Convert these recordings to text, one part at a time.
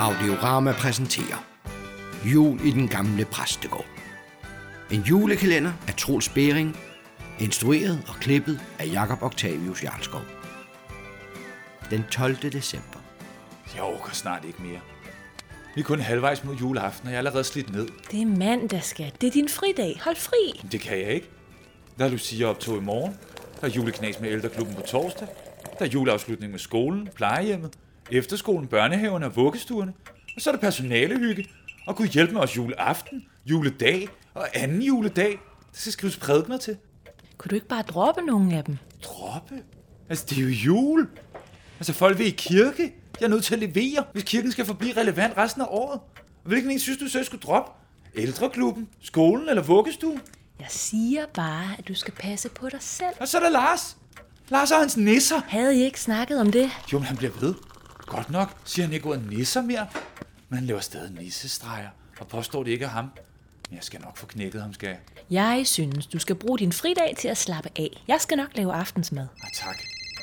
Audiorama præsenterer Jul i den gamle præstegård. En julekalender af Troels Bering, instrueret og klippet af Jakob Octavius Jarlskov. Den 12. december. Jeg orker snart ikke mere. Vi er kun halvvejs mod juleaften, og jeg er allerede slidt ned. Det er mandag, skat. Det er din fridag. Hold fri. Men det kan jeg ikke. Der er Lucia optog i morgen. Der er juleknas med ældreklubben på torsdag. Der er juleafslutning med skolen, plejehjemmet, efterskolen, børnehaverne og vuggestuerne. Og så er der personalehygge. Og Gud hjælpe med os juleaften, juledag og anden juledag. Der skal skrives prædikener til. Kunne du ikke bare droppe nogle af dem? Droppe? Altså, det er jo jul. Altså, folk vil i kirke. Jeg er nødt til at levere, hvis kirken skal forblive relevant resten af året. Og hvilken en synes du så, jeg skulle droppe? Ældreklubben, skolen eller vuggestuen? Jeg siger bare, at du skal passe på dig selv. Og så er der Lars. Lars og hans nisser. Havde I ikke snakket om det? Jo, men han bliver ved. Godt nok siger han ikke ordet nisser mere. Men han laver stadig nissestreger og påstår, det ikke er ham. Men jeg skal nok få knækket ham, skal jeg. Jeg synes, du skal bruge din fridag til at slappe af. Jeg skal nok lave aftensmad. Tak.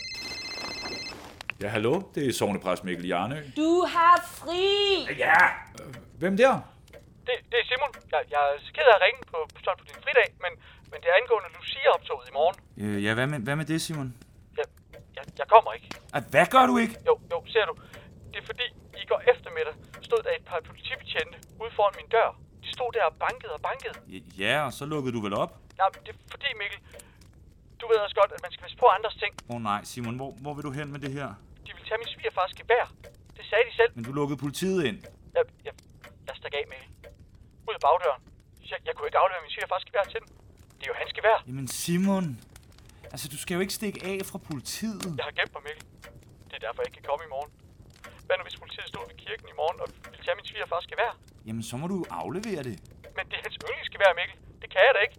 Ja, hallo? Det er sognepræst Mikkel Jarnø. Du har fri! Ja! Hvem der? Det er Simon. Jeg er så ked af at ringe på din fridag, men det er angående Lucia-optoget i morgen. Ja, hvad med det, Simon? Jeg kommer ikke. Hvad gør du ikke? Jo, ser du. Det er fordi, i går eftermiddag stod der et par politibetjente ude foran min dør. De stod der og bankede. Ja, og så lukkede du vel op? Nej, det er fordi, Mikkel, du ved også godt, at man skal passe på andres ting. Nej, Simon, hvor vil du hen med det her? De ville tage min svigerfars gevær. Det sagde de selv. Men du lukkede politiet ind. Jeg stak af, Mikkel. Ud af bagdøren. Jeg kunne ikke aflevere min svigerfars gevær til dem. Det er jo hans gevær. Jamen Simon, altså du skal jo ikke stikke af fra politiet. Jeg har gemt mig, Mikkel. Det er derfor, jeg ikke kan komme i morgen. Hvad nu, hvis politiet stod ved kirken i morgen og ville tage min svigerfars gevær? Jamen så må du aflevere det. Men det er hans yndlingsgevær, Mikkel. Det kan jeg da ikke.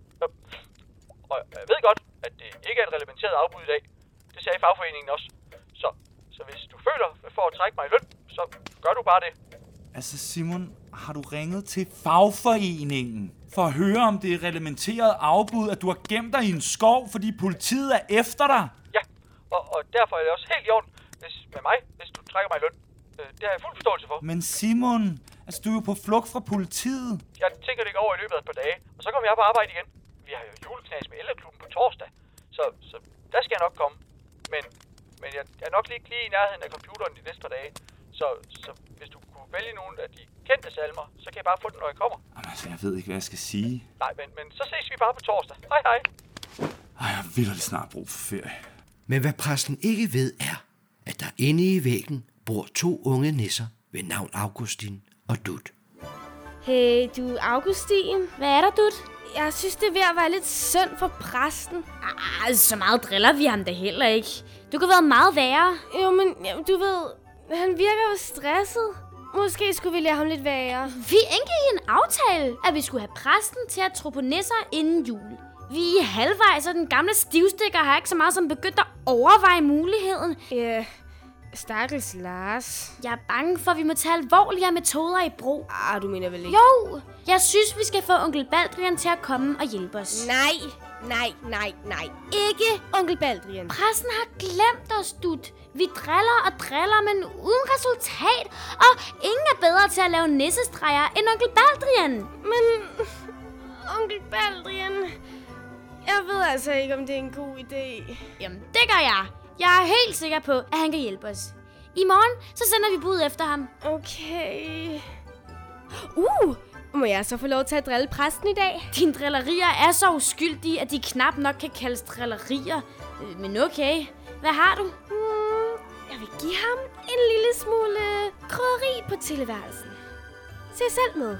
Og jeg ved godt, at det ikke er et reglementeret afbud i dag. Det sagde fagforeningen også. Så hvis du føler for at trække mig i løn, så gør du bare det. Altså Simon, har du ringet til fagforeningen for at høre, om det er reglementeret afbud, at du har gemt dig i en skov, fordi politiet er efter dig? Ja, og derfor er det også helt i orden hvis du trækker mig i løn. Det har jeg fuld forståelse for. Men Simon, altså du er jo på flugt fra politiet. Jeg tænker det ikke over i løbet af et par dage, og så kommer jeg på arbejde igen. Vi har jo juleknas med ældreklubben på torsdag, så der skal jeg nok komme. Men jeg er nok lige i nærheden af computeren de næste par dage. Så hvis du kunne vælge nogle af de kendte salmer, så kan jeg bare få den, når jeg kommer. Jamen, altså, jeg ved ikke, hvad jeg skal sige. Nej, men så ses vi bare på torsdag. Hej. Jeg har virkelig snart brug for ferie. Men hvad præsten ikke ved er, at der inde i væggen bor 2 unge nisser ved navn Augustin og Dut. Hey, du Augustin. Hvad er der, Dut? Jeg synes, det er ved at være lidt synd for præsten. Så meget driller vi ham da heller ikke. Du kan være meget værre. Jo, men du ved, han virker jo stresset. Måske skulle vi lære ham lidt værre. Vi indgik en aftale, at vi skulle have præsten til at tro på nisser inden jul. Vi er halvvejs, og den gamle stivstikker har ikke så meget som begyndt at overveje muligheden. Ja, stakkels Lars. Jeg er bange for, at vi må tage alvorligere metoder i brug. Du mener vel ikke? Jo, jeg synes, vi skal få onkel Baldrian til at komme og hjælpe os. Nej. Ikke onkel Baldrian. Præsten har glemt os, Dut. Vi driller, men uden resultat. Og ingen er bedre til at lave nissestreger end onkel Baldrian. Men onkel Baldrian, jeg ved altså ikke, om det er en god idé. Jamen, det gør jeg. Jeg er helt sikker på, at han kan hjælpe os. I morgen, så sender vi bud efter ham. Okay. Må jeg så få lov til at drille præsten i dag? Dine drillerier er så uskyldige, at de knap nok kan kaldes drillerier. Men okay. Hvad har du? Jeg vil give ham en lille smule krydderi på tilværelsen. Se selv med.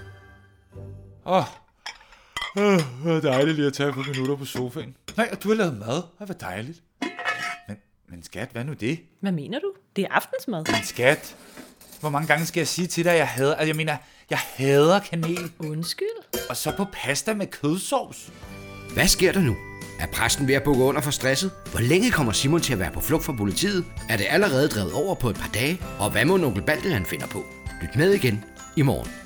Hvor dejligt lige at tage på minutter på sofaen. Nej, du har lavet mad. Hvor dejligt. Men skat, hvad nu det? Hvad mener du? Det er aftensmad. Men skat, hvor mange gange skal jeg sige til dig, at jeg hader kanel. Undskyld. Og så på pasta med kødsovs. Hvad sker der nu? Er præsten ved at bukke under for stresset? Hvor længe kommer Simon til at være på flugt fra politiet? Er det allerede drevet over på et par dage? Og hvad må onkel Baldrian finder på? Lyt med igen i morgen.